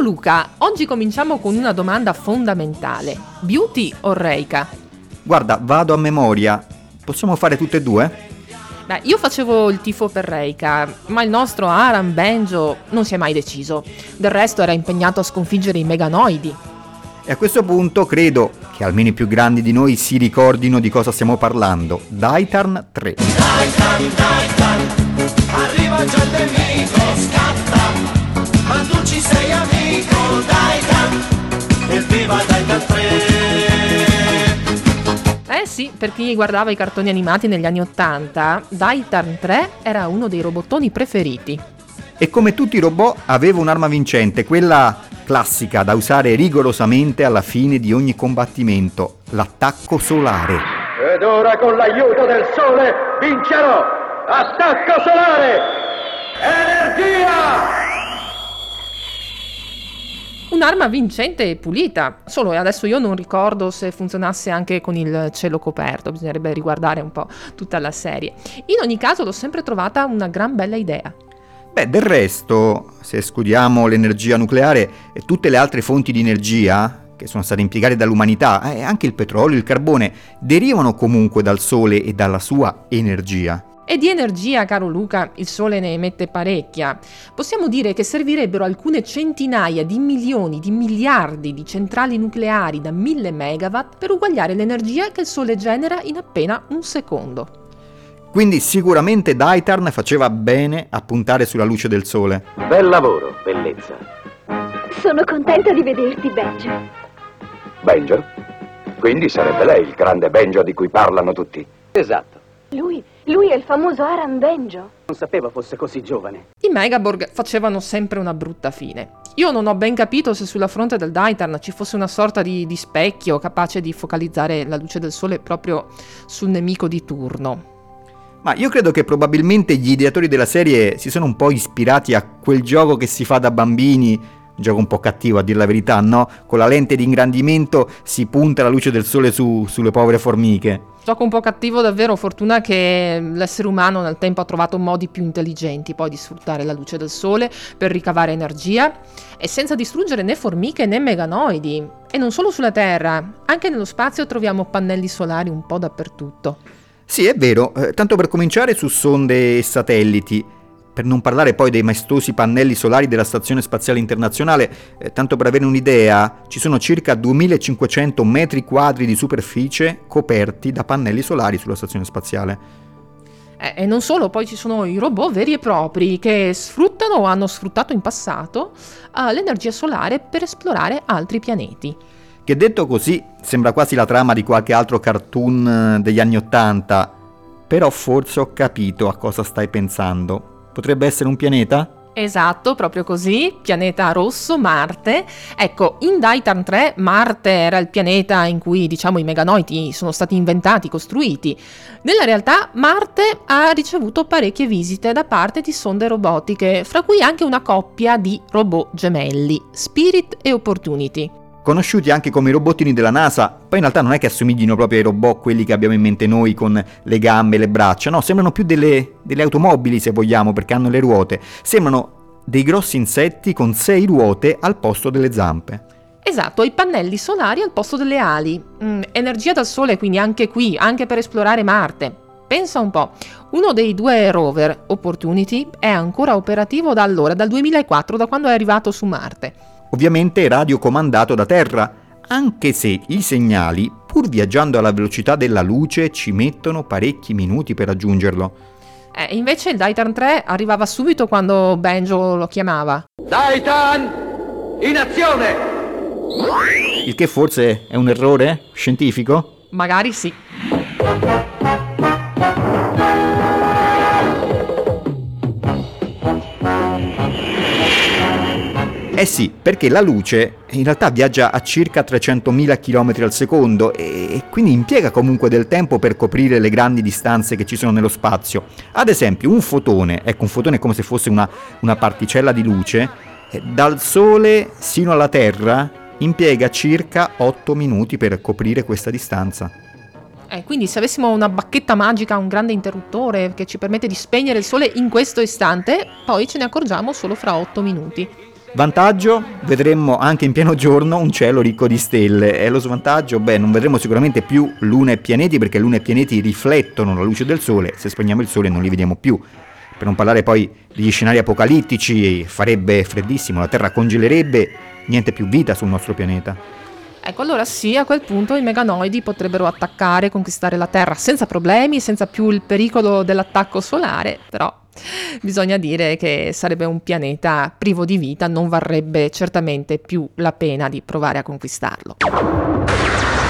Luca, oggi cominciamo con una domanda fondamentale. Beauty o Reika? Guarda, vado a memoria. Possiamo fare tutte e due? Beh, io facevo il tifo per Reika, ma il nostro Aram Benjo non si è mai deciso. Del resto era impegnato a sconfiggere i meganoidi. E a questo punto credo che almeno i più grandi di noi si ricordino di cosa stiamo parlando. Daitarn 3. Daitarn, arriva già il nemico, scatta, ma tu ci sei amico, Daitarn, evviva Daitarn 3. Sì, per chi guardava i cartoni animati negli anni '80, Daitarn 3 era uno dei robottoni preferiti. E come tutti i robot aveva un'arma vincente, quella classica da usare rigorosamente alla fine di ogni combattimento, l'attacco solare. Ed ora con l'aiuto del sole vincerò! Attacco solare! Energia! Un'arma vincente e pulita, solo adesso io non ricordo se funzionasse anche con il cielo coperto, bisognerebbe riguardare un po' tutta la serie. In ogni caso l'ho sempre trovata una gran bella idea. Beh, del resto, se escludiamo l'energia nucleare e tutte le altre fonti di energia che sono state impiegate dall'umanità, anche il petrolio, il carbone, derivano comunque dal Sole e dalla sua energia. E di energia, caro Luca, il Sole ne emette parecchia. Possiamo dire che servirebbero alcune centinaia di milioni, di miliardi di centrali nucleari da 1000 megawatt per uguagliare l'energia che il Sole genera in appena un secondo. Quindi sicuramente Daitarn faceva bene a puntare sulla luce del Sole. Bel lavoro, bellezza. Sono contenta di vederti, Benjo. Benjo? Quindi sarebbe lei il grande Benjo di cui parlano tutti? Esatto. Lui è il famoso Aram Benjo. Non sapevo fosse così giovane. I Megaborg facevano sempre una brutta fine. Io non ho ben capito se sulla fronte del Daitarn ci fosse una sorta di specchio capace di focalizzare la luce del Sole proprio sul nemico di turno. Ma io credo che probabilmente gli ideatori della serie si sono un po' ispirati a quel gioco che si fa da bambini, un gioco un po' cattivo a dir la verità, no? Con la lente di ingrandimento si punta la luce del Sole sulle povere formiche. Gioco un po' cattivo davvero, fortuna che l'essere umano nel tempo ha trovato modi più intelligenti poi di sfruttare la luce del Sole per ricavare energia e senza distruggere né formiche né meganoidi. E non solo sulla Terra, anche nello spazio troviamo pannelli solari un po' dappertutto. Sì, è vero, tanto per cominciare su sonde e satelliti, per non parlare poi dei maestosi pannelli solari della Stazione Spaziale Internazionale, tanto per avere un'idea, ci sono circa 2500 metri quadri di superficie coperti da pannelli solari sulla Stazione Spaziale. E non solo, poi ci sono i robot veri e propri che sfruttano o hanno sfruttato in passato l'energia solare per esplorare altri pianeti. Che detto così sembra quasi la trama di qualche altro cartoon degli anni '80, però forse ho capito a cosa stai pensando. Potrebbe essere un pianeta? Esatto, proprio così, pianeta rosso, Marte. Ecco, in Daitarn 3 Marte era il pianeta in cui, i meganoidi sono stati inventati, costruiti. Nella realtà Marte ha ricevuto parecchie visite da parte di sonde robotiche, fra cui anche una coppia di robot gemelli, Spirit e Opportunity. Conosciuti anche come i robottini della NASA, poi in realtà non è che assomiglino proprio ai robot quelli che abbiamo in mente noi con le gambe e le braccia, no, sembrano più delle automobili se vogliamo perché hanno le ruote, sembrano dei grossi insetti con 6 ruote al posto delle zampe. Esatto, i pannelli solari al posto delle ali, energia dal Sole quindi anche qui, anche per esplorare Marte. Pensa un po', uno dei 2 rover, Opportunity, è ancora operativo da allora, dal 2004, da quando è arrivato su Marte. Ovviamente radiocomandato da terra, anche se i segnali, pur viaggiando alla velocità della luce, ci mettono parecchi minuti per raggiungerlo. Invece il Daitarn 3 arrivava subito quando Benjo lo chiamava. Daitarn, in azione! Il che forse è un errore scientifico? Magari sì. Eh sì, perché la luce in realtà viaggia a circa 300.000 km al secondo e quindi impiega comunque del tempo per coprire le grandi distanze che ci sono nello spazio. Ad esempio un fotone è come se fosse una particella di luce, dal Sole sino alla Terra impiega circa 8 minuti per coprire questa distanza. Quindi se avessimo una bacchetta magica, un grande interruttore che ci permette di spegnere il Sole in questo istante, poi ce ne accorgiamo solo fra 8 minuti. Vantaggio, vedremmo anche in pieno giorno un cielo ricco di stelle, e lo svantaggio, non vedremo sicuramente più luna e pianeti, perché luna e pianeti riflettono la luce del sole, se spegniamo il sole non li vediamo più. Per non parlare poi degli scenari apocalittici, farebbe freddissimo, la Terra congelerebbe, niente più vita sul nostro pianeta. Ecco, allora sì, a quel punto i meganoidi potrebbero attaccare e conquistare la Terra senza problemi, senza più il pericolo dell'attacco solare, però bisogna dire che sarebbe un pianeta privo di vita, non varrebbe certamente più la pena di provare a conquistarlo.